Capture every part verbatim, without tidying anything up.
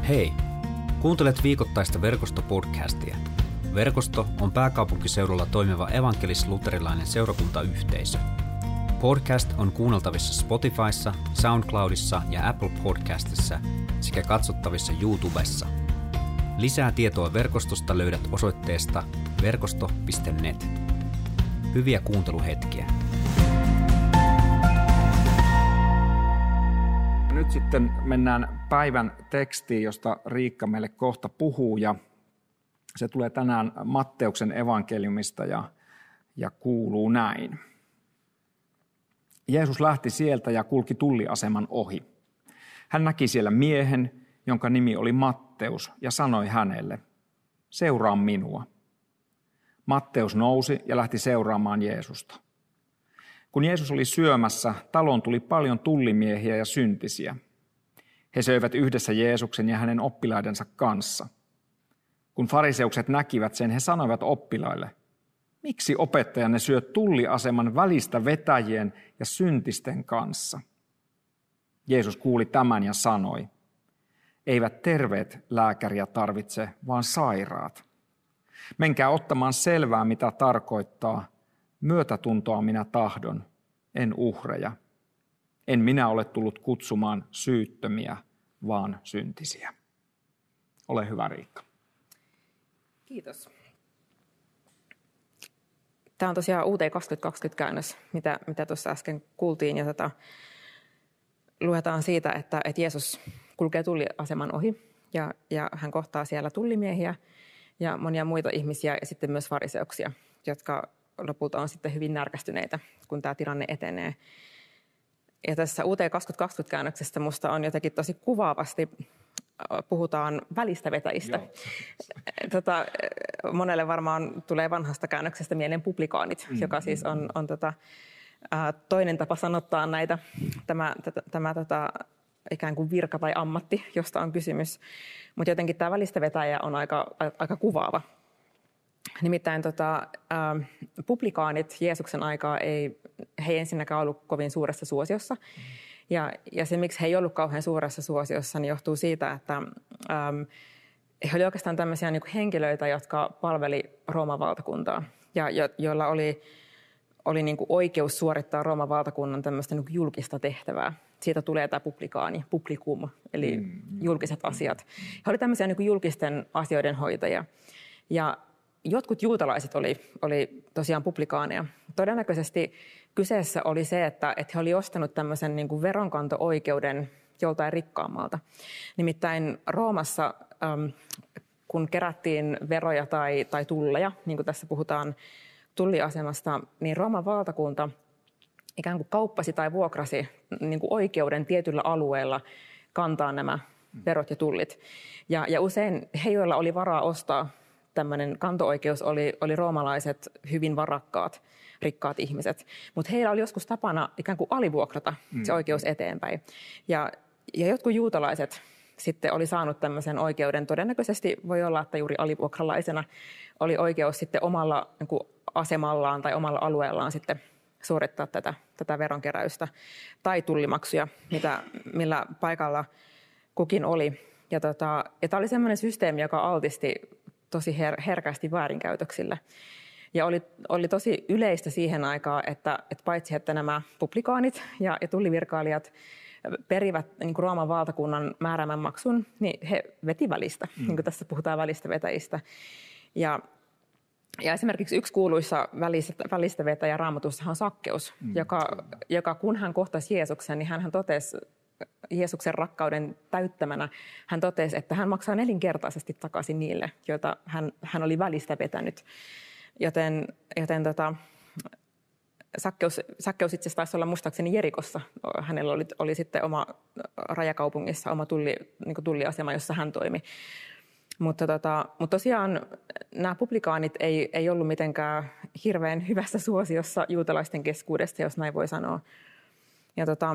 Hei! Kuuntelet viikoittaista Verkosto-podcastia. Verkosto on pääkaupunkiseudulla toimiva evankelis-luterilainen seurakuntayhteisö. Podcast on kuunneltavissa Spotifyssa, SoundCloudissa ja Apple Podcastissa sekä katsottavissa YouTubessa. Lisää tietoa verkostosta löydät osoitteesta verkosto piste net. Hyviä kuunteluhetkiä. Nyt sitten mennään päivän tekstiin, josta Riikka meille kohta puhuu. Ja se tulee tänään Matteuksen evankeliumista ja, ja kuuluu näin. Jeesus lähti sieltä ja kulki tulliaseman ohi. Hän näki siellä miehen, jonka nimi oli Matteus, ja sanoi hänelle, seuraa minua. Matteus nousi ja lähti seuraamaan Jeesusta. Kun Jeesus oli syömässä, taloon tuli paljon tullimiehiä ja syntisiä. He söivät yhdessä Jeesuksen ja hänen oppilaidensa kanssa. Kun fariseukset näkivät sen, he sanoivat oppilaille, miksi opettajanne syö tulliaseman välistä vetäjien ja syntisten kanssa? Jeesus kuuli tämän ja sanoi, eivät terveet lääkäriä tarvitse, vaan sairaat. Menkää ottamaan selvää, mitä tarkoittaa. Myötätuntoa minä tahdon, en uhreja. En minä ole tullut kutsumaan syyttömiä, vaan syntisiä. Ole hyvä, Riikka. Kiitos. Tämä on tosiaan U T kaksituhattakaksikymmentä-käännös, mitä, mitä tuossa äsken kuultiin. Ja tota, luetaan siitä, että, että Jeesus kulkee tulliaseman ohi ja, ja hän kohtaa siellä tullimiehiä ja monia muita ihmisiä ja sitten myös fariseuksia, jotka lopulta on sitten hyvin närkästyneitä, kun tämä tilanne etenee. Ja tässä U T kaksituhattakaksikymmentä-käännöksessä musta on jotenkin tosi kuvaavasti, puhutaan välistä vetäjistä. Tota, monelle varmaan tulee vanhasta käännöksestä mieleen publikaanit, mm, joka siis on, on tota, toinen tapa sanottaa näitä, tämä, tämä, tämä tota, ikään kuin virka tai ammatti, josta on kysymys. Mutta jotenkin tämä välistä vetäjä on aika, aika kuvaava. Nimittäin tota, äh, publikaanit Jeesuksen aikaa ei, he ei ensinnäkään ollut kovin suuressa suosiossa. Mm. Ja, ja se, miksi he ei ollut kauhean suuressa suosiossa, niin johtuu siitä, että ähm, he olivat oikeastaan tämmöisiä niin kuin henkilöitä, jotka palveli Rooman valtakuntaa ja jo, joilla oli, oli niin kuin oikeus suorittaa Rooman valtakunnan tämmöistä niin kuin julkista tehtävää. Siitä tulee tämä publikaani, publicum, eli mm. julkiset asiat. He olivat tämmöisiä niin kuin julkisten asioiden hoitajia. Ja jotkut juutalaiset oli, oli tosiaan publikaaneja. Todennäköisesti kyseessä oli se, että, että he olivat ostanut tämmöisen niin kuin veronkanto-oikeuden joltain rikkaammalta. Nimittäin Roomassa, äm, kun kerättiin veroja tai, tai tulleja, niin kuin tässä puhutaan tulliasemasta, niin Rooman valtakunta ikään kuin kauppasi tai vuokrasi niin kuin oikeuden tietyllä alueella kantaa nämä verot ja tullit. Ja, ja usein he, joilla oli varaa ostaa tämmöinen kanto-oikeus, oli, oli roomalaiset hyvin varakkaat, rikkaat ihmiset. Mutta heillä oli joskus tapana ikään kuin alivuokrata se oikeus eteenpäin. Ja, ja jotkut juutalaiset sitten oli saanut tämmöisen oikeuden. Todennäköisesti voi olla, että juuri alivuokralaisena oli oikeus sitten omalla niin kuin asemallaan tai omalla alueellaan sitten suorittaa tätä, tätä veronkeräystä tai tullimaksuja, mitä, millä paikalla kukin oli. Ja, tota, ja tämä oli semmoinen systeemi, joka altisti tosi her- herkästi väärinkäytöksille. Ja oli, oli tosi yleistä siihen aikaan, että, että paitsi että nämä publikaanit ja, ja tullivirkailijat perivät niin kuin Rooman valtakunnan määräämän maksun, niin he veti välistä, mm. niin kuin tässä puhutaan välistä vetäjistä. Ja, ja esimerkiksi yksi kuuluisa välistä, välistä vetäjä Raamatussa on Sakkeus, mm. joka, joka kun hän kohtasi Jeesuksen, niin hän totesi, Jeesuksen rakkauden täyttämänä, hän totesi, että hän maksaa nelinkertaisesti takaisin niille, joita hän, hän oli välistä vetänyt. Joten, joten tota, Sakkeus, Sakkeus itse asiassa taisi olla muistaakseni Jerikossa. Hänellä oli, oli sitten oma rajakaupungissa oma tulli, niin kuin tulliasema, jossa hän toimi. Mutta, tota, mutta tosiaan nämä publikaanit ei, ei ollut mitenkään hirveän hyvässä suosiossa juutalaisten keskuudesta, jos näin voi sanoa. Ja tota,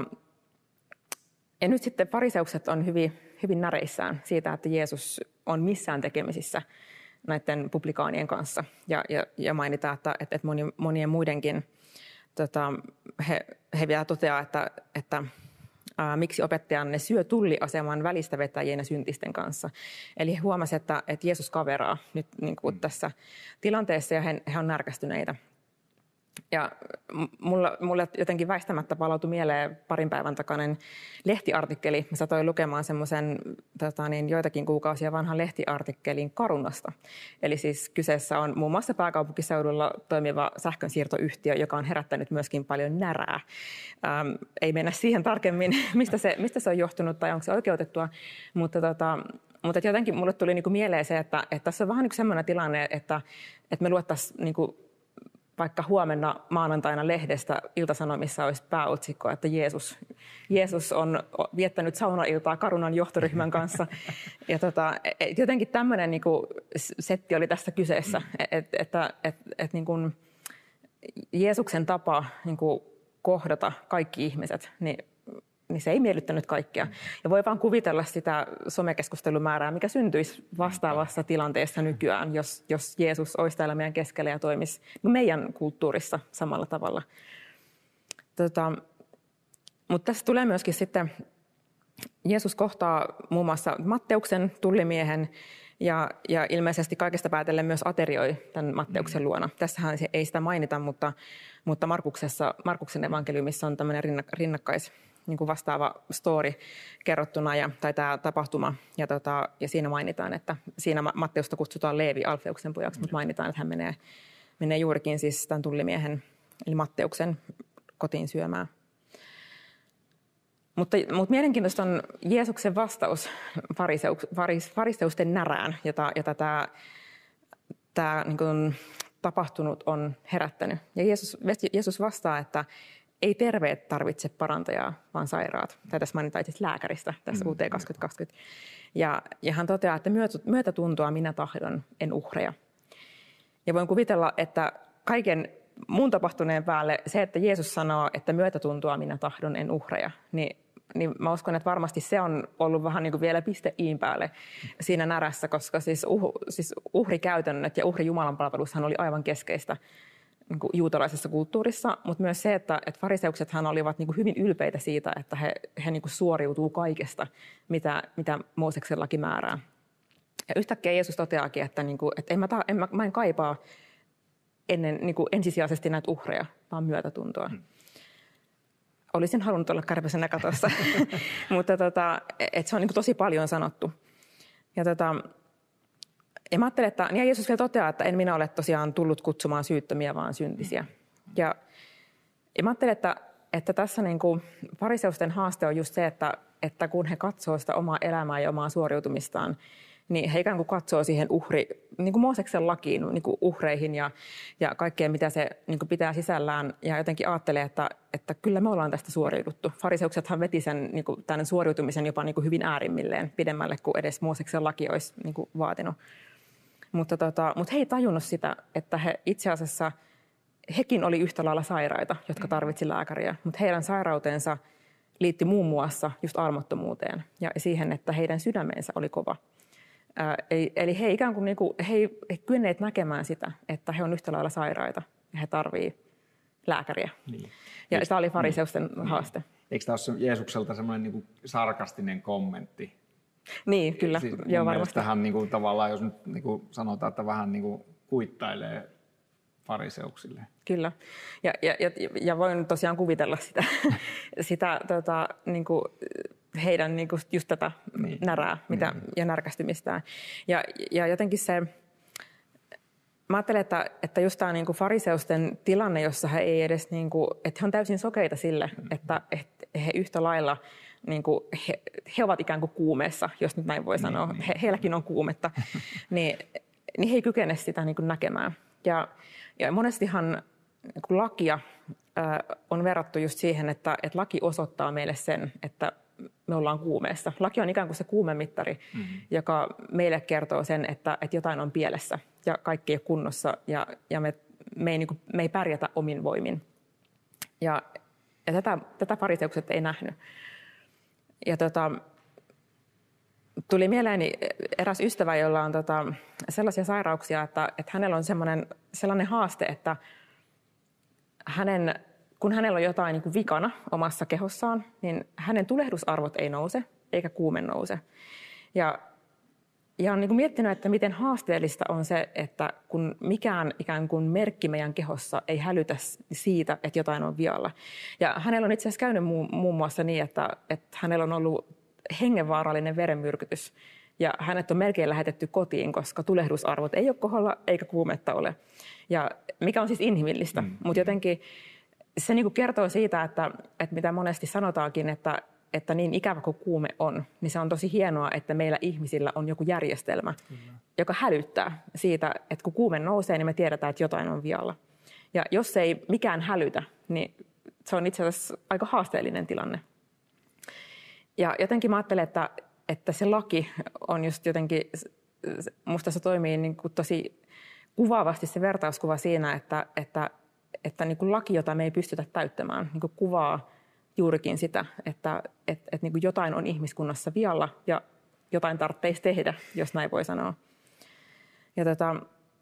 Ja nyt sitten fariseukset on hyvin, hyvin näreissään siitä, että Jeesus on missään tekemisissä näiden publikaanien kanssa. Ja, ja, ja mainitaan, että, että moni, monien muidenkin, tota, he, he vielä toteaa, että, että ää, miksi opettajanne syö tulliaseman välistävetäjien ja syntisten kanssa. Eli he huomasivat, että, että Jeesus kaveraa nyt niin kuin tässä tilanteessa ja he, he on närkästyneitä. Ja mulla, mulle jotenkin väistämättä palautui mieleen parin päivän takainen lehtiartikkeli. Mä satoin lukemaan semmoisen tota niin, joitakin kuukausia vanhan lehtiartikkelin Carunasta. Eli siis kyseessä on muun muassa pääkaupunkiseudulla toimiva sähkönsiirtoyhtiö, joka on herättänyt myöskin paljon närää. Ähm, ei mennä siihen tarkemmin, mistä se, mistä se on johtunut tai onko se oikeutettua, mutta tota, Mutta jotenkin mulle tuli niinku mieleen se, että, että tässä on vähän niinku semmoinen tilanne, että, että me luottaisiin niinku vaikka huomenna maanantaina lehdestä Ilta-Sanomissa olisi pääotsikko, että Jeesus, Jeesus on viettänyt saunailtaa Carunan johtoryhmän kanssa. Ja tota, jotenkin tämmöinen niin kuin setti oli tässä kyseessä, että, että, että, että niin kuin Jeesuksen tapa niin kuin kohdata kaikki ihmiset, niin niin se ei miellyttänyt kaikkia. Ja voi vaan kuvitella sitä somekeskustelumäärää, mikä syntyisi vastaavassa tilanteessa nykyään, jos, jos Jeesus olisi täällä meidän keskellä ja toimisi meidän kulttuurissa samalla tavalla. Tota, mutta tässä tulee myöskin sitten, Jeesus kohtaa muun muassa Matteuksen tullimiehen ja, ja ilmeisesti kaikesta päätellen myös aterioi tämän Matteuksen luona. Tässähän ei sitä mainita, mutta, mutta Markuksessa, Markuksen evankeliumissa on tämmöinen rinnakkais niin kuin vastaava story kerrottuna ja, tai tämä tapahtuma. Ja, tota, ja siinä mainitaan, että siinä Matteusta kutsutaan Leevi Alfeuksen pojaksi, mutta mainitaan, että hän menee, menee juurikin siis tämän tullimiehen, eli Matteuksen kotiin syömään. Mutta, mutta mielenkiintoista on Jeesuksen vastaus fariseus, faris, fariseusten närään, jota, jota tämä, tämä niin kuin tapahtunut on herättänyt. Ja Jeesus, Jeesus vastaa, että ei terveet tarvitse parantajaa, vaan sairaat. Tai tässä mainitaan siis lääkäristä tässä U T kaksituhattakaksikymmentä. Ja, ja hän toteaa, että myötätuntoa minä tahdon, en uhreja. Ja voin kuvitella, että kaiken muun tapahtuneen päälle se, että Jeesus sanoo, että myötätuntoa minä tahdon, en uhreja, niin, niin mä uskon, että varmasti se on ollut vähän niin kuin vielä piste iin päälle siinä närässä, koska siis, uh, siis uhrikäytännöt ja uhri Jumalanpalvelushan oli aivan keskeistä niin kuin juutalaisessa kulttuurissa, mutta myös se, että, että fariseuksethan olivat niin kuin hyvin ylpeitä siitä, että he, he niin kuin suoriutuu kaikesta, mitä, mitä Mooseksen laki määrää. Ja yhtäkkiä Jeesus toteaakin, että, niin kuin, että en mä, ta, en, mä, mä en kaipaa ennen, niin kuin ensisijaisesti näitä uhreja, vaan myötätuntoa. Hmm. Olisin halunnut olla kärpäsenä katossa, mutta tota, että se on niin kuin tosi paljon sanottu. Ja tota, Ja mä ajattelen, että ja Jeesus vielä toteaa, että en minä ole tosiaan tullut kutsumaan syyttömiä, vaan syntisiä. Ja, ja mä ajattelen, että, että tässä niin kuin fariseusten haaste on just se, että, että kun he katsoo sitä omaa elämää ja omaa suoriutumistaan, niin he ikään kuin katsoo siihen uhri, niin kuin Mooseksen lakiin, niin kuin uhreihin ja, ja kaikkeen, mitä se niin kuin pitää sisällään. Ja jotenkin ajattelee, että, että kyllä me ollaan tästä suoriuduttu. Fariseuksethan veti sen niin kuin, tämän suoriutumisen jopa niin kuin hyvin äärimmilleen pidemmälle kuin edes Mooseksen laki olisi niin kuin vaatinut. Mutta, tota, mutta he ei tajunnut sitä, että he itse asiassa, hekin oli yhtä lailla sairaita, jotka tarvitsi lääkäriä, mutta heidän sairautensa liittyi muun muassa just armottomuuteen ja siihen, että heidän sydämensä oli kova. Ää, eli he ikään kuin, niin kuin he ei he kyenneet näkemään sitä, että he on yhtä lailla sairaita ja he tarvitsevat lääkäriä. Niin. Ja Eikö, tämä oli fariseusten niin, haaste. Niin. Eikö tämä ole Jeesukselta semmoinen niin kuin sarkastinen kommentti? Niin, kyllä. Siis joo, varmasti. Tähän niin kuin, tavallaan, jos nyt niin kuin sanotaan, että vähän niin kuin kuittailee fariseuksille. Kyllä. Ja, ja, ja, ja voin tosiaan kuvitella sitä, sitä tota, niin kuin heidän niin kuin just tätä niin. närää mitä, niin. ja närkästymistään. Ja, ja jotenkin se, mä ajattelen, että, että just tämä niin kuin fariseusten tilanne, jossa he ei edes, niin kuin, että he on täysin sokeita sille, mm-hmm. että, että he yhtä lailla niin kuin he, he ovat ikään kuin kuumeessa, jos nyt näin voi sanoa. Niin, he, heilläkin on kuumetta, niin, niin he ei kykene sitä niin kuin näkemään. Ja, ja monestihan kun lakia ää, on verrattu just siihen, että, että laki osoittaa meille sen, että me ollaan kuumeessa. Laki on ikään kuin se kuumemittari, mm-hmm. joka meille kertoo sen, että, että jotain on pielessä ja kaikki ei ole kunnossa ja, ja me, me, ei, niin kuin, me ei pärjätä omin voimin. Ja, ja tätä, tätä fariseukset ei nähnyt. Ja tota, tuli mieleeni eräs ystävä, jolla on tota, sellaisia sairauksia, että, että hänellä on sellainen haaste, että hänen kun hänellä on jotain niin kuin vikana omassa kehossaan, niin hänen tulehdusarvot ei nouse eikä kuume nouse. Ja, ja on niin kuin miettinyt, että miten haasteellista on se, että kun mikään ikään kuin merkki meidän kehossa ei hälytä siitä, että jotain on vialla. Ja hänellä on itse asiassa käynyt muun, muun muassa niin, että, että hänellä on ollut hengenvaarallinen verenmyrkytys. Ja hänet on melkein lähetetty kotiin, koska tulehdusarvot ei ole kohdalla eikä kuumetta ole. Ja mikä on siis inhimillistä, mm. mutta jotenkin se niin kuin kertoo siitä, että, että mitä monesti sanotaankin, että, että niin ikävä kuin kuume on, niin se on tosi hienoa, että meillä ihmisillä on joku järjestelmä, Kyllä. joka hälyttää siitä, että kun kuume nousee, niin me tiedetään, että jotain on vialla. Ja jos ei mikään hälytä, niin se on itse asiassa aika haasteellinen tilanne. Ja jotenkin mä ajattelen, että, että se laki on just jotenkin, musta se toimii niin kuin tosi kuvaavasti se vertauskuva siinä, että, että, että niin kuin laki, jota me ei pystytä täyttämään, niin kuin kuvaa juurikin sitä, että, että, että niin kuin jotain on ihmiskunnassa vialla ja jotain tarvitsisi tehdä, jos näin voi sanoa. Ja tota,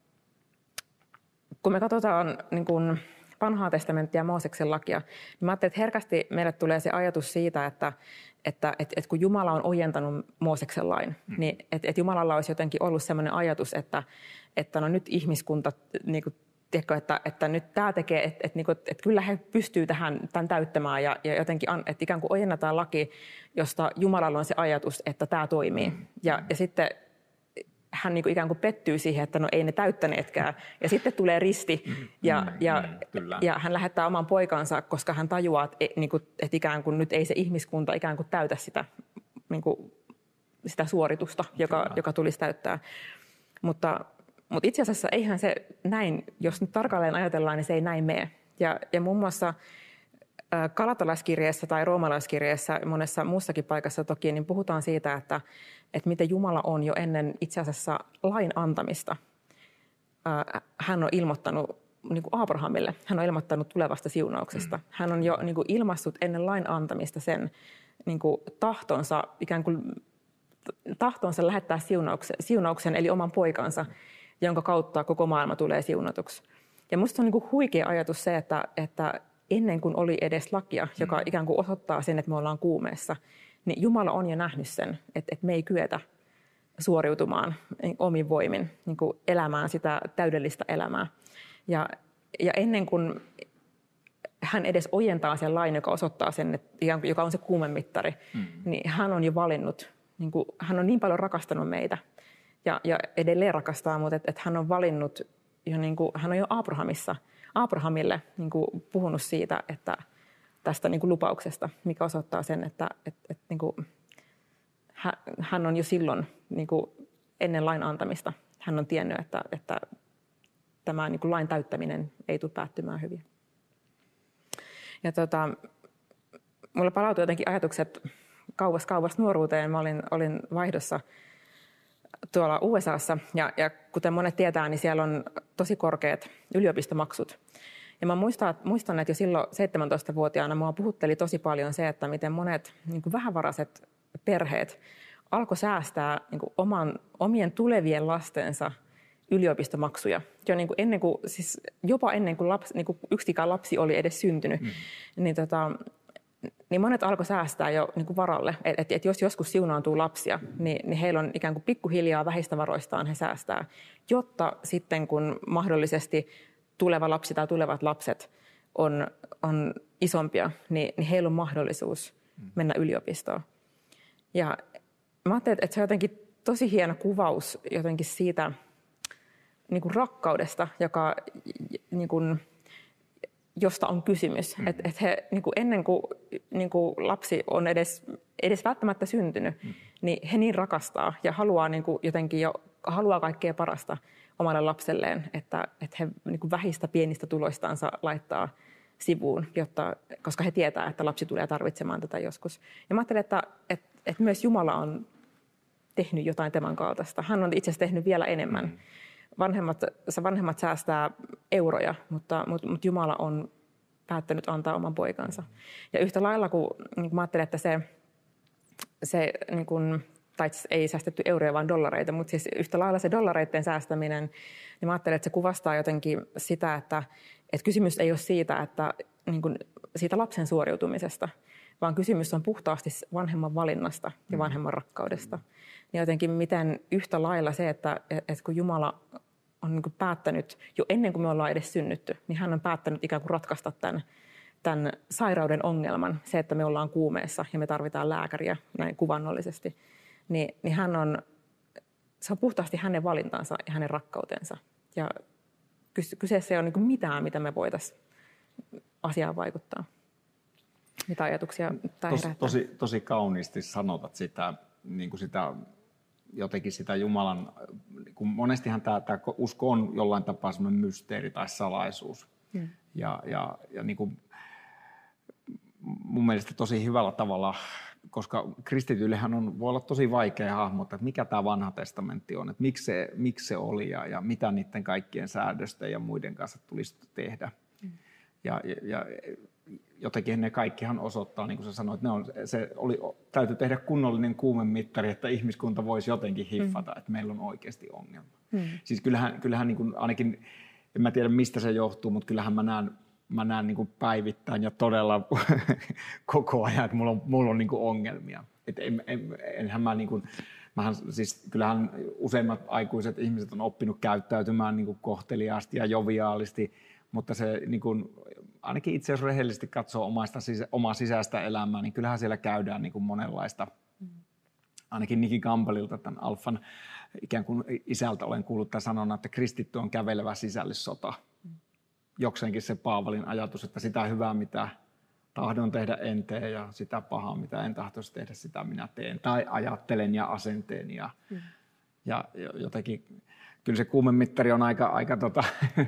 kun me katsotaan niin kuin vanhaa testamenttia ja Mooseksen lakia, niin mä ajattelin, että herkästi meille tulee se ajatus siitä, että, että, että, että kun Jumala on ojentanut Mooseksen lain, mm. niin että, että Jumalalla olisi jotenkin ollut sellainen ajatus, että, että no nyt ihmiskunta, niin kuin, tiedätkö, että, että nyt tämä tekee, että, että, että, että kyllä he pystyvät tähän, tämän täyttämään ja, ja jotenkin, että ikään kuin ojennetaan laki, josta Jumalalla on se ajatus, että tämä toimii. Mm. Ja, ja sitten hän niin kuin ikään kuin pettyy siihen, että no ei ne täyttäneetkään. Ja sitten tulee risti ja, mm, ja, mm, ja hän lähettää oman poikansa, koska hän tajuaa, että, niin kuin, että ikään kuin nyt ei se ihmiskunta ikään kuin täytä sitä, niin kuin, sitä suoritusta, joka, joka tulisi täyttää. Mutta, mutta itse asiassa eihän se näin, jos nyt tarkalleen ajatellaan, niin se ei näin mene. Ja, ja muun muassa Galatalaiskirjeessä tai Roomalaiskirjeessä, monessa muussakin paikassa toki, niin puhutaan siitä, että, että miten Jumala on jo ennen itse asiassa lain antamista. Hän on ilmoittanut niin kuin Abrahamille, hän on ilmoittanut tulevasta siunauksesta. Hän on jo niin kuin ilmaissut ennen lain antamista sen niin kuin tahtonsa, ikään kuin tahtonsa lähettää siunauksen, siunauksen, eli oman poikansa, jonka kautta koko maailma tulee siunatuksi. Ja musta on niin kuin huikea ajatus se, että, että ennen kuin oli edes lakia, joka mm. ikään kuin osoittaa sen, että me ollaan kuumeessa, niin Jumala on jo nähnyt sen, että, että me ei kyetä suoriutumaan omin voimin, niin kuin elämään sitä täydellistä elämää. Ja, ja ennen kuin hän edes ojentaa sen lain, joka osoittaa sen, että, joka on se kuumemittari, mm. niin hän on jo valinnut, niin kuin, hän on niin paljon rakastanut meitä ja, ja edelleen rakastaa, mutta että, että hän on valinnut, jo niin kuin, hän on jo Abrahamissa, Abrahamille niin kuin puhunut siitä, että tästä niin kuin lupauksesta, mikä osoittaa sen, että, että, että niin kuin, hän on jo silloin niin kuin ennen lain antamista, hän on tiennyt, että, että tämä niin kuin lain täyttäminen ei tule päättymään hyvin. Ja tota, mulla palautui jotenkin ajatukset kauas kauas nuoruuteen. Mä olin, olin vaihdossa tuolla U S A:ssa ja, ja kuten monet tietää, niin siellä on tosi korkeat yliopistomaksut. Ja mä muistan, muistan, että jo silloin seitsemäntoistavuotiaana mua puhutteli tosi paljon se, että miten monet niin kuin vähävaraiset perheet alkoi säästää niin kuin oman, omien tulevien lastensa yliopistomaksuja. Jo niin kuin ennen kuin, siis jopa ennen kuin, lapsi, niin kuin yksikään lapsi oli edes syntynyt, mm. niin, tota, niin monet alkoi säästää jo niin kuin varalle. Että et, et jos joskus siunaantuu lapsia, niin, niin heillä on ikään kuin pikkuhiljaa vähistä varoistaan he säästää, jotta sitten kun mahdollisesti tuleva lapsi tai tulevat lapset on, on isompia, niin, niin heillä on mahdollisuus mennä yliopistoon. Ja mä ajattelin, että se on jotenkin tosi hieno kuvaus jotenkin siitä niin kuin rakkaudesta, joka, niin kuin, josta on kysymys. Mm. Että et he niin kuin ennen kuin, niin kuin lapsi on edes, edes välttämättä syntynyt, mm. niin he niin rakastaa ja haluaa niin kuin jotenkin jo, haluaa kaikkea parasta omalle lapselleen, että, että he niin kuin vähistä pienistä tuloistansa laittaa sivuun, jotta, koska he tietää, että lapsi tulee tarvitsemaan tätä joskus. Ja mä ajattelin, että, että, että myös Jumala on tehnyt jotain tämän kaltaista. Hän on itse asiassa tehnyt vielä enemmän. Mm. Vanhemmat, vanhemmat säästää euroja, mutta, mutta, mutta Jumala on päättänyt antaa oman poikansa. Ja yhtä lailla, kun, niin kun mä ajattelen, että se, se niin kun, tai ei säästetty euroja, vaan dollareita, mutta siis yhtä lailla se dollareiden säästäminen, niin mä ajattelen, että se kuvastaa jotenkin sitä, että, että kysymys ei ole siitä, että niin kuin siitä lapsen suoriutumisesta, vaan kysymys on puhtaasti vanhemman valinnasta ja vanhemman rakkaudesta. Ja jotenkin miten yhtä lailla se, että, että kun Jumala on niin kuin päättänyt, jo ennen kuin me ollaan edes synnytty, niin hän on päättänyt ikään kuin ratkaista tämän, tämän sairauden ongelman, se, että me ollaan kuumeessa ja me tarvitaan lääkäriä näin kuvannollisesti, niin, niin hän on, se on puhtaasti hänen valintansa ja hänen rakkautensa. Ja kyseessä ei ole niin kuin mitään, mitä me voitaisiin asiaan vaikuttaa. Mitä ajatuksia tämä Tos, herättää? Tosi, tosi kauniisti sanotat sitä, niin kuin sitä, jotenkin sitä Jumalan, kun monestihan tämä, tämä usko on jollain tapaa semmoinen mysteeri tai salaisuus. Hmm. Ja, ja, ja niin kuin mun mielestä tosi hyvällä tavalla, koska kristityillehän on, voi olla tosi vaikea hahmottaa, että mikä tämä vanha testamentti on, että miksi se, miksi se oli ja, ja mitä niiden kaikkien säädösten ja muiden kanssa tulisi tehdä. Hmm. Ja, ja, ja jotenkin ne kaikkihan osoittaa, niin kuin sä sanoit, ne on, se oli, täytyy tehdä kunnollinen kuumemittari, että ihmiskunta voisi jotenkin hiffata, mm. että meillä on oikeasti ongelma. Mm. Siis kyllähän, kyllähän niin kuin ainakin, en mä tiedä mistä se johtuu, mutta kyllähän mä näen, mä näen niin kuin päivittäin ja todella koko ajan, että mulla on, mulla on niin kuin ongelmia. Et en, en, enhän mä niin kuin, mähän, siis kyllähän useimmat aikuiset ihmiset on oppinut käyttäytymään niin kuin kohteliaasti ja joviaalisti, mutta se niin kuin, ainakin itse jos rehellisesti katsoo omaista, omaa sisäistä elämää, niin kyllähän siellä käydään niin kuin monenlaista. Mm. Ainakin Nicky Campbellilta, tämän Alfan ikään kuin isältä olen kuullut tämän sanonnan, että kristitty on kävelevä sisällissota. Mm. Jokseenkin se Paavalin ajatus, että sitä hyvää, mitä tahdon tehdä en tee, ja sitä pahaa, mitä en tahtoisi tehdä, sitä minä teen. Tai ajattelen ja asenteen. Ja, mm. ja jotenkin, kyllä se kuumemittari on aika... aika tota,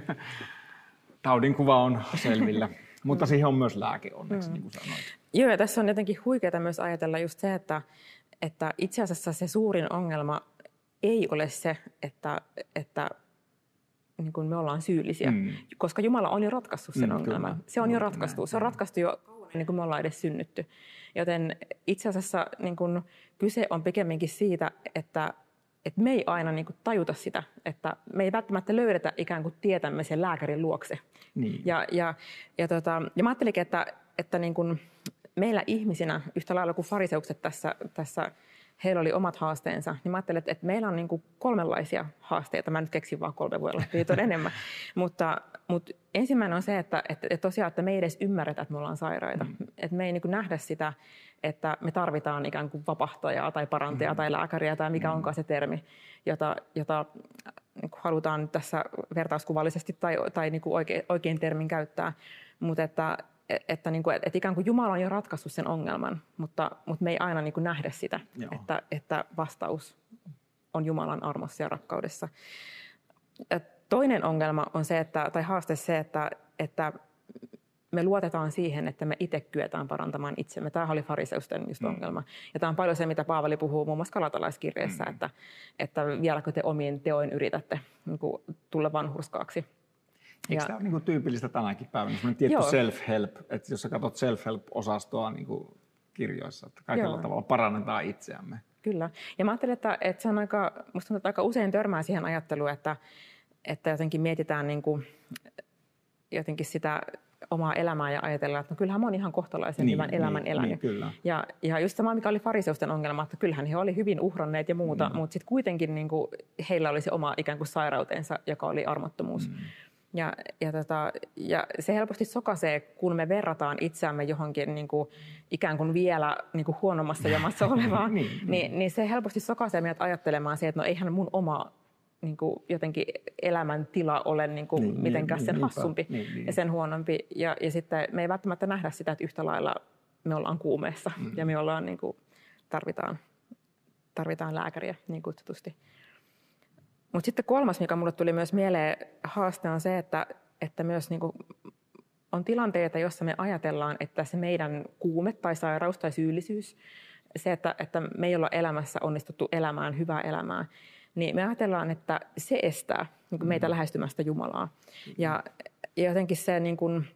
taudinkuva on selvillä, mutta siihen on myös lääke onneksi, mm. niin kuin sanoit. Joo, ja tässä on jotenkin huikeaa myös ajatella just se, että, että itse asiassa se suurin ongelma ei ole se, että, että niin kuin me ollaan syyllisiä, mm. koska Jumala on jo ratkaissut sen mm, ongelman. Kyllä. Se on jo ratkaistu. Näin, se on ratkaistu jo kauan ennen kuin me ollaan edes synnytty. Joten itse asiassa niin kuin kyse on pikemminkin siitä, että että me ei aina niin kuin tajuta sitä, että me ei välttämättä löydetä ikään kuin tietämme sen lääkärin luokse. Niin. Ja, ja, ja, tota, ja mä ajattelinkin, että, että niin kuin meillä ihmisinä, yhtä lailla kuin fariseukset tässä, tässä, heillä oli omat haasteensa, niin mä ajattelin, että, että meillä on niin kuin kolmenlaisia haasteita. Mä nyt keksin vaan kolme, voi olla, niitä on enemmän. mutta, mutta ensimmäinen on se, että, että, että tosiaan, että me ei edes ymmärretä, että me ollaan sairaita. Mm. Että me ei niin kuin nähdä sitä, että me tarvitaan ikään kuin vapahtajaa tai parantajaa mm. tai lääkäriä tai mikä mm. onkaan se termi, jota, jota niin kuin halutaan tässä vertauskuvallisesti tai, tai niin kuin oikein, oikein termin käyttää. Mutta että, että, niin kuin, että ikään kuin Jumala on jo ratkaissut sen ongelman, mutta, mutta me ei aina niin kuin nähdä sitä, että, että vastaus on Jumalan armossa ja rakkaudessa. Ja toinen ongelma on se, että, tai haaste se, että, että me luotetaan siihen, että me itse kyetään parantamaan itsemme. Tämä oli fariseusten just ongelma. Mm. Ja tämä on paljon se, mitä Paavali puhuu muun muassa Galatalaiskirjeessä, mm. että, että vieläkö te omiin teoin yritätte niin kuin tulla vanhurskaaksi. Eikö ja, tämä ole niin kuin tyypillistä tänäkin päivänä? Sellainen tietty joo. self-help, että jos sä katsot self-help-osastoa niin kuin kirjoissa, että kaikella joo. tavalla parannetaan itseämme. Kyllä. Ja mä ajattelin, että, että se on aika, musta tuntuu, että aika usein törmää siihen ajatteluun, että, että jotenkin mietitään niin kuin, jotenkin sitä omaa elämää ja ajatellaan, että no kyllähän mä oon ihan kohtalaisen niin, hyvän elämän niin, elänyt. Niin, kyllä. Ja, ja just sama, mikä oli fariseusten ongelma, että kyllähän he oli hyvin uhranneet ja muuta, mm. mutta sitten kuitenkin niin kuin, heillä oli se oma ikään kuin sairautensa, joka oli armottomuus. Mm. Ja, ja, tota, ja se helposti sokaisee, kun me verrataan itseämme johonkin niin kuin, ikään kuin vielä niin kuin huonommassa jamassa olevaan, niin, niin, niin se helposti sokaisee meidät ajattelemaan se, että no eihän mun oma niin kuin jotenkin elämäntila ole niin kuin niin, mitenkään niin, sen niin, hassumpi niin, niin. ja sen huonompi. Ja, ja sitten me ei välttämättä nähdä sitä, että yhtä lailla me ollaan kuumeessa mm. ja me ollaan, niin kuin, tarvitaan, tarvitaan lääkäriä niin kutsutusti. Mutta sitten kolmas, mikä mulle tuli myös mieleen haaste on se, että, että myös niin kuin on tilanteita, joissa me ajatellaan, että se meidän kuume tai sairaus tai syyllisyys, se, että, että me ei olla elämässä onnistuttu elämään hyvää elämää, niin me ajatellaan, että se estää niin kuin meitä lähestymästä Jumalaa. Ja, ja jotenkin se, niin kuin,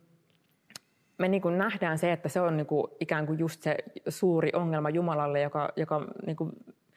me niin kuin nähdään se, että se on niin kuin ikään kuin just se suuri ongelma Jumalalle, joka, joka, niin kuin,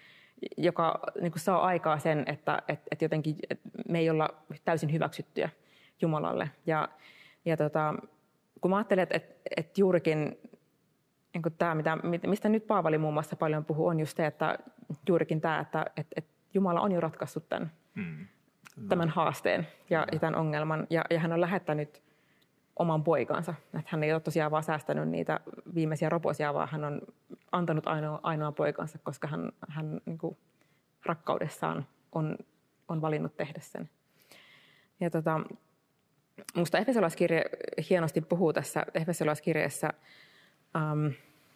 joka niin kuin saa aikaa sen, että et, et jotenkin et me ei olla täysin hyväksyttyjä Jumalalle. Ja, ja tota, kun mä ajattelen, että, että, että juurikin niin kuin tämä, mitä, mistä nyt Paavali muun muassa paljon puhuu, on just se, että juurikin tämä, että, että, että Jumala on jo ratkaissut tämän, mm. tämän haasteen ja, ja tämän ongelman. Ja, ja hän on lähettänyt oman poikansa. Että hän ei ole tosiaan vaan säästänyt niitä viimeisiä roposia, vaan hän on antanut ainoa, ainoa poikansa, koska hän, hän niin kuin rakkaudessaan on, on valinnut tehdä sen. Ja tota, minusta Efesolaiskirje hienosti puhuu tässä Efesolaiskirjeessä. Ähm,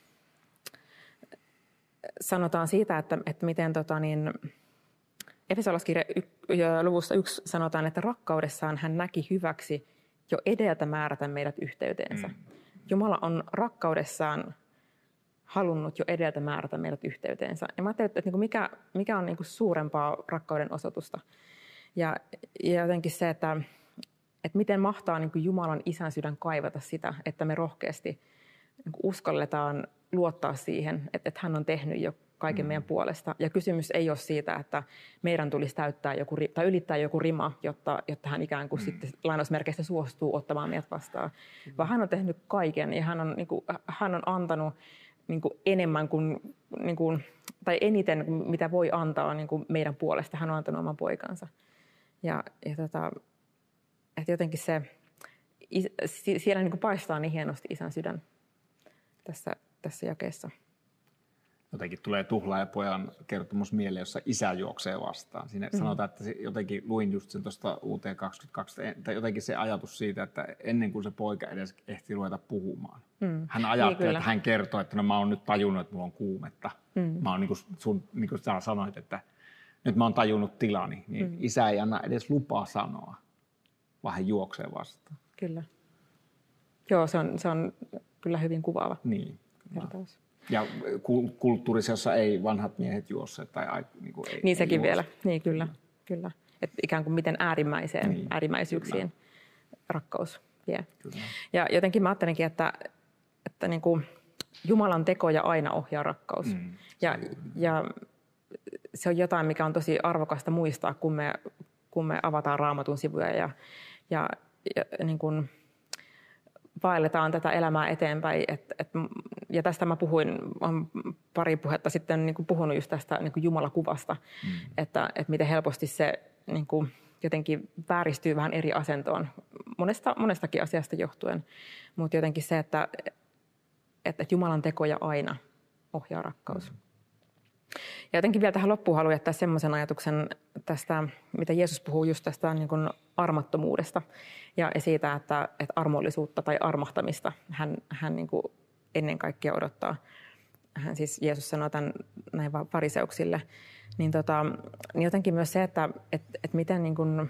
sanotaan siitä, että, että miten tota niin, Efesolaiskirje luvussa yksi sanotaan, että rakkaudessaan hän näki hyväksi jo edeltä määrätä meidät yhteyteensä. Mm. Jumala on rakkaudessaan halunnut jo edeltä määrätä meidät yhteyteensä. Ja mä ajattelin, että mikä, mikä on niin kuin suurempaa rakkauden osoitusta. Ja, ja jotenkin se, että, että miten mahtaa niin kuin Jumalan isän sydän kaivata sitä, että me rohkeasti niin kuin uskalletaan luottaa siihen, että, että hän on tehnyt jo kaiken mm. meidän puolesta. Ja kysymys ei ole siitä, että meidän tulisi täyttää joku, tai ylittää joku rima, jotta, jotta hän ikään kuin mm. sitten lainausmerkeistä suostuu ottamaan meidät vastaan. Mm. Vaan hän on tehnyt kaiken ja hän on, niin kuin, hän on antanut niin kuin enemmän kuin, niin kuin, tai eniten mitä voi antaa niin kuin meidän puolesta. Hän on antanut oman poikansa. Ja, ja tota, että jotenkin se, siellä niin kuin paistaa niin hienosti isän sydän tässä, tässä jakeessa. Jotenkin tulee Tuhlaajapojan kertomus mieleen, jossa isä juoksee vastaan. Siinä mm. sanotaan, että jotenkin luin just sen tuosta U T kaksikymmentäkaksi, tai jotenkin se ajatus siitä, että ennen kuin se poika edes ehti ruveta puhumaan. Mm. Hän ajatteli, niin, että hän kertoi, että no mä oon nyt tajunnut, että mulla on kuumetta. Mm. Mä oon niin kuin, sun, niin kuin sä sanoit, että nyt mä oon tajunnut tilani. Niin mm. isä ei anna edes lupaa sanoa, vaan hän juoksee vastaan. Kyllä. Joo, se on, se on kyllä hyvin kuvaava niin, kertaus. Ja kulttuurissa, jossa ei vanhat miehet juosse tai niin kuin ei. Niin sekin ei vielä, niin kyllä. kyllä. Et ikään kuin miten äärimmäiseen, niin, äärimmäisyyksiin kyllä. rakkaus vie. Kyllä. Ja jotenkin mä ajattelinkin, että, että niin kuin Jumalan tekoja aina ohjaa rakkaus. Mm, ja, ja se on jotain, mikä on tosi arvokasta muistaa, kun me, kun me avataan Raamatun sivuja ja, ja, ja niin kuin vaelletaan tätä elämää eteenpäin. Et, et, ja tästä mä puhuin, olen pari puhetta sitten niin kuin puhunut just tästä niin kuin Jumalakuvasta, mm. että, että miten helposti se niin kuin jotenkin vääristyy vähän eri asentoon, monesta, monestakin asiasta johtuen. Mutta jotenkin se, että, että Jumalan tekoja aina ohjaa rakkaus. Mm. Ja jotenkin vielä tähän loppuun haluan jättää semmoisen ajatuksen tästä, mitä Jeesus puhuu just tästä niin kuin armottomuudesta ja siitä, että, että armollisuutta tai armahtamista hän, hän niin kuin ennen kaikkea odottaa. Hän siis, Jeesus sanoo tämän näin fariseuksille. Niin, tota, niin jotenkin myös se, että, että, että miten niin kuin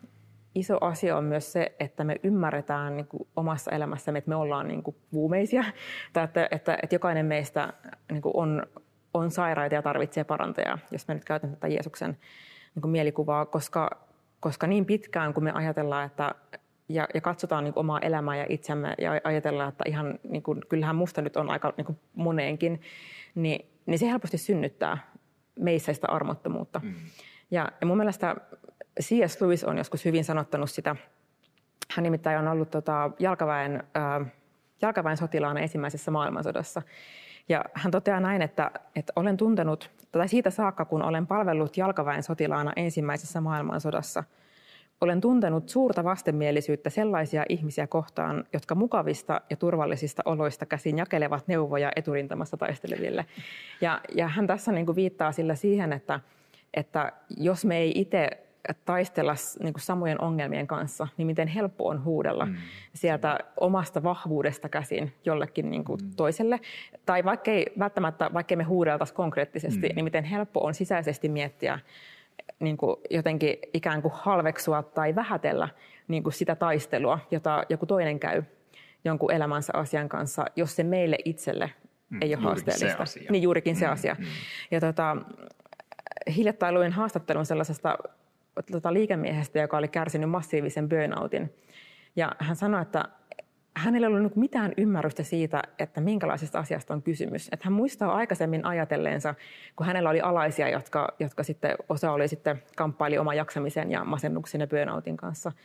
iso asia on myös se, että me ymmärretään niin kuin omassa elämässämme, että me ollaan niin kuin vuumeisia. Tai että, että, että jokainen meistä niin kuin on on sairaita ja tarvitsee parantajaa, jos mä nyt käytän tätä Jeesuksen niin kuin mielikuvaa, koska, koska niin pitkään kun me ajatellaan, että ja, ja katsotaan niin kuin omaa elämää ja itsemme ja ajatellaan, että ihan niin kuin, kyllähän musta nyt on aika niin kuin moneenkin, niin, niin se helposti synnyttää meissä sitä armottomuutta. Mm. Ja, ja mun mielestä C S Lewis on joskus hyvin sanottanut sitä. Hän nimittäin on ollut tota, jalkaväen, äh, jalkaväen sotilaana ensimmäisessä maailmansodassa. Ja hän toteaa näin, että, että olen tuntenut, tai siitä saakka kun olen palvellut jalkaväen sotilaana ensimmäisessä maailmansodassa, olen tuntenut suurta vastenmielisyyttä sellaisia ihmisiä kohtaan, jotka mukavista ja turvallisista oloista käsin jakelevat neuvoja eturintamassa taisteleville. Ja, ja hän tässä niin kuin viittaa sillä siihen, että, että jos me ei itse taistella niin kuin samojen ongelmien kanssa, niin miten helppo on huudella mm. sieltä omasta vahvuudesta käsin jollekin niin kuin mm. toiselle. Tai vaikkei välttämättä, vaikkei me huudeltaisi konkreettisesti, mm. niin miten helppo on sisäisesti miettiä, niin kuin jotenkin ikään kuin halveksua tai vähätellä niin kuin sitä taistelua, jota joku toinen käy jonkun elämänsä asian kanssa, jos se meille itselle mm. ei ole haasteellista. Niin juurikin se mm. asia. Mm. Ja tota, hiljattain luin haastattelun sellaisesta Tota liikemiehestä, joka oli kärsinyt massiivisen burnoutin. Ja hän sanoi, että hänellä ei ollut mitään ymmärrystä siitä, että minkälaisesta asiasta on kysymys. Että hän muistaa aikaisemmin ajatelleensa, kun hänellä oli alaisia, jotka, jotka sitten, osa oli sitten kamppaili oman jaksamisen ja masennuksen ja burnoutin kanssa,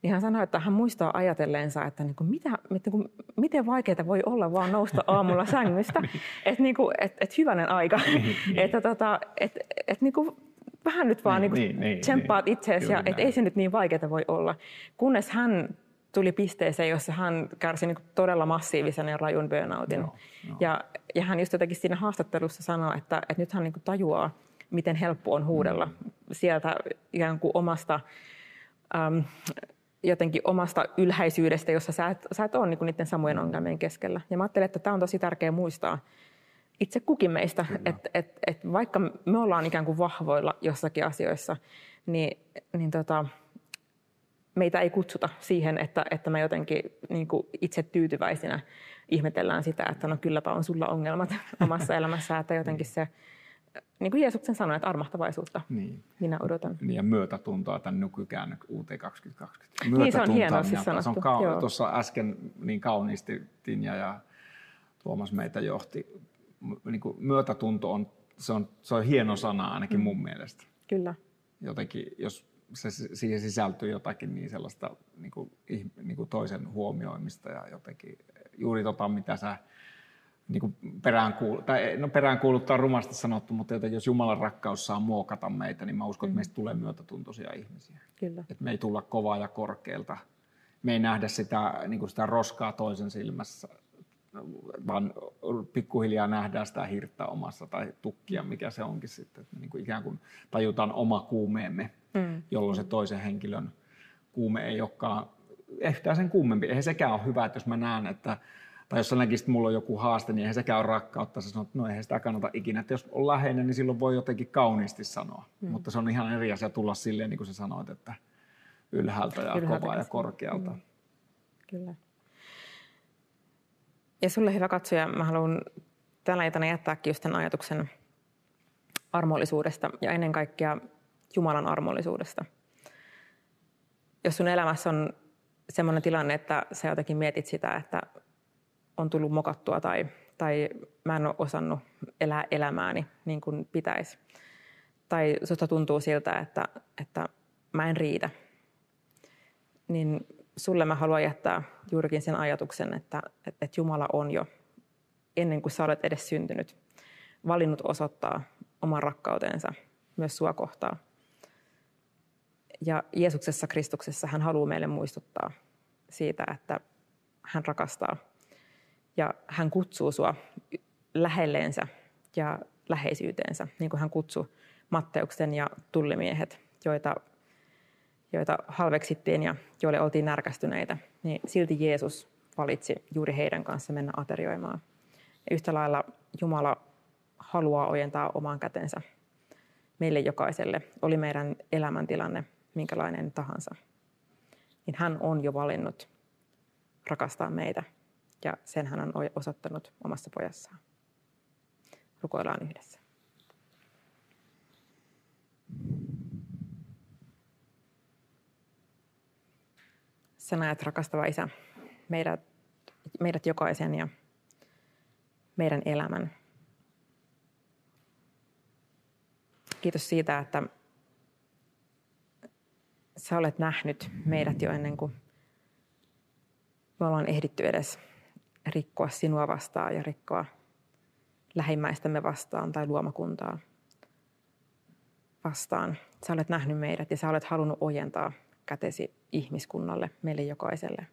niin hän sanoi, että hän muistaa ajatelleensa, että niin kuin, mitä, että, niin kuin, miten vaikeaa voi olla vaan nousta aamulla sängystä. Että niin et, et hyvänen aika. että tota, et, et, niin kuin, vähän nyt vaan niin, niin, niin, tsemppaat niin, itseäsi, ja että ei se nyt niin vaikeaa voi olla. Kunnes hän tuli pisteeseen, jossa hän kärsi niin kuin todella massiivisen ja rajun burnoutin. No, no. Ja, ja hän just jotenkin siinä haastattelussa sanoi, että, että nyt hän niin kuin tajuaa, miten helppo on huudella mm. sieltä ikään kuin omasta, äm, jotenkin omasta ylhäisyydestä, jossa sä et, sä et ole niin kuin niiden samojen ongelmien keskellä. Ja mä ajattelen, että tämä on tosi tärkeää muistaa itse kukin meistä, että et, et vaikka me ollaan ikään kuin vahvoilla jossakin asioissa, niin, niin tota, meitä ei kutsuta siihen, että, että me jotenkin niin kuin itse tyytyväisinä ihmetellään sitä, että no kylläpä on sulla ongelmat omassa elämässä, että jotenkin se, niin kuin Jeesuksen sanoi, että armahtavaisuutta niin. minä odotan. Niin, ja myötätuntoa tämän nykykäännön U T kaksituhattakaksikymmentä. Niin, se on hienosti sanottu. Se on ka- tuossa äsken niin kauniisti Tinja ja Tuomas meitä johti. Niin kuin myötätunto on se, on, se on hieno sana ainakin mm. mun mielestä. Kyllä. Jotenkin, jos se, siihen sisältyy jotakin niin sellaista niin kuin, niin kuin toisen huomioimista ja jotenkin juuri tota, mitä sä niin kuin peräänkuuluttaa, tai no peräänkuuluttaa rumasti sanottu, mutta joten jos Jumalan rakkaus saa muokata meitä, niin mä uskon, että meistä tulee myötätuntoisia ihmisiä. Kyllä. Että me ei tulla kovaa ja korkealta. Me ei nähdä sitä, niin kuin sitä roskaa toisen silmässä, vaan pikkuhiljaa nähdään sitä hirttä omassa tai tukkia, mikä se onkin sitten. Että niin kuin ikään kuin tajutaan oma kuumeemme, mm. jolloin se toisen henkilön kuume ei olekaan yhtään sen kuumempi. Eihän sekään ole hyvä, että jos mä näen, että tai jos sä näkisit, että mulla on joku haaste, niin eihän sekään ole rakkautta. Sä sanot, että no eihän sitä kannata ikinä. Että jos on läheinen, niin silloin voi jotenkin kauniisti sanoa. Mm. Mutta se on ihan eri asia tulla silleen, niin kuin sä sanoit, että ylhäältä ja ylhäältä kovaa ja korkealta. Mm. Kyllä. Ja sulle hyvä katsoja, mä haluan tällä iltana jättääkin just tämän ajatuksen armollisuudesta ja ennen kaikkea Jumalan armollisuudesta. Jos sun elämässä on sellainen tilanne, että sä jotenkin mietit sitä, että on tullut mokattua tai, tai mä en ole osannut elää elämääni niin kuin pitäisi. Tai susta tuntuu siltä, että, että mä en riitä. Niin sulle mä haluan jättää juurikin sen ajatuksen, että, että Jumala on jo ennen kuin sä olet edes syntynyt valinnut osoittaa oman rakkautensa myös sua kohtaan. Ja Jeesuksessa Kristuksessa hän haluaa meille muistuttaa siitä, että hän rakastaa. Ja hän kutsuu sua lähelleensä ja läheisyyteensä, niin kuin hän kutsui Matteuksen ja tullimiehet, joita, joita halveksittiin ja joille oltiin närkästyneitä. Niin silti Jeesus valitsi juuri heidän kanssa mennä aterioimaan. Ja yhtä lailla Jumala haluaa ojentaa oman kätensä meille jokaiselle, oli meidän elämäntilanne minkälainen tahansa. Niin hän on jo valinnut rakastaa meitä. Ja sen hän on osoittanut omassa pojassaan. Rukoillaan yhdessä. Sä näet, rakastava Isä, meidät, meidät jokaisen ja meidän elämän. Kiitos siitä, että sä olet nähnyt meidät jo ennen kuin me ollaan ehditty edes rikkoa sinua vastaan ja rikkoa lähimmäistämme vastaan tai luomakuntaa vastaan. Sä olet nähnyt meidät ja sä olet halunnut ojentaa kätesi ihmiskunnalle, meille jokaiselle.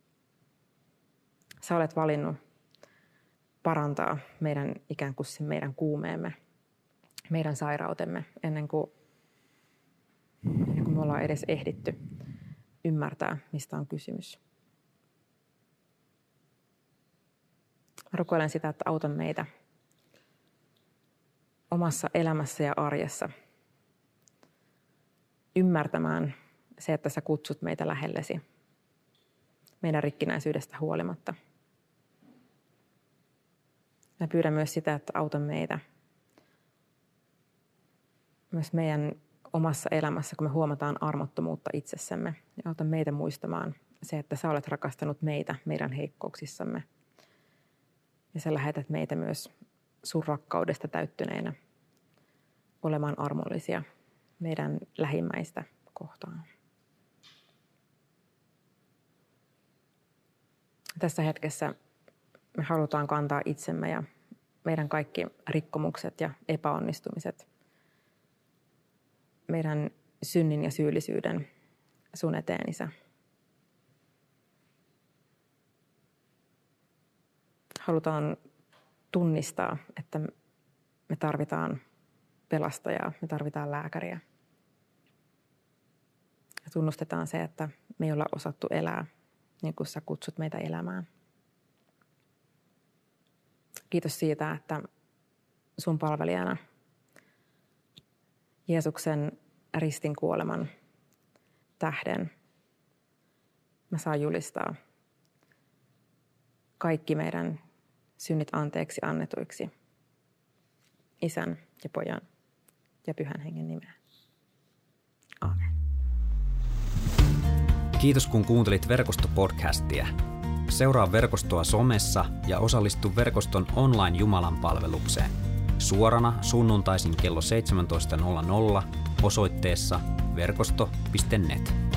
Sä olet valinnut parantaa meidän ikään kuin sen meidän kuumeemme, meidän sairautemme ennen kuin, ennen kuin me ollaan edes ehditty ymmärtää, mistä on kysymys. Rukoilen sitä, että auta meitä omassa elämässä ja arjessa ymmärtämään se, että sä kutsut meitä lähellesi meidän rikkinäisyydestä huolimatta. Mä pyydän myös sitä, että auta meitä myös meidän omassa elämässä, kun me huomataan armottomuutta itsessämme. Ja auta meitä muistamaan se, että sä olet rakastanut meitä meidän heikkouksissamme. Ja sä lähetät meitä myös sun rakkaudesta täyttyneenä olemaan armollisia meidän lähimmäistä kohtaan. Tässä hetkessä me halutaan kantaa itsemme ja meidän kaikki rikkomukset ja epäonnistumiset, meidän synnin ja syyllisyyden sun eteen, Isä. Halutaan tunnistaa, että me tarvitaan pelastajaa, me tarvitaan lääkäriä. Ja tunnustetaan se, että me ei olla osattu elää niin kuin sä kutsut meitä elämään. Kiitos siitä, että sun palvelijana Jeesuksen ristin kuoleman tähden mä saan julistaa kaikki meidän synnit anteeksi annetuiksi Isän ja Pojan ja Pyhän Hengen nimeen. Aamen. Kiitos kun kuuntelit Verkosto-podcastia. Seuraa Verkostoa somessa ja osallistu Verkoston online Jumalan palvelukseen suorana sunnuntaisin kello seitsemäntoista nolla nolla osoitteessa verkosto piste net.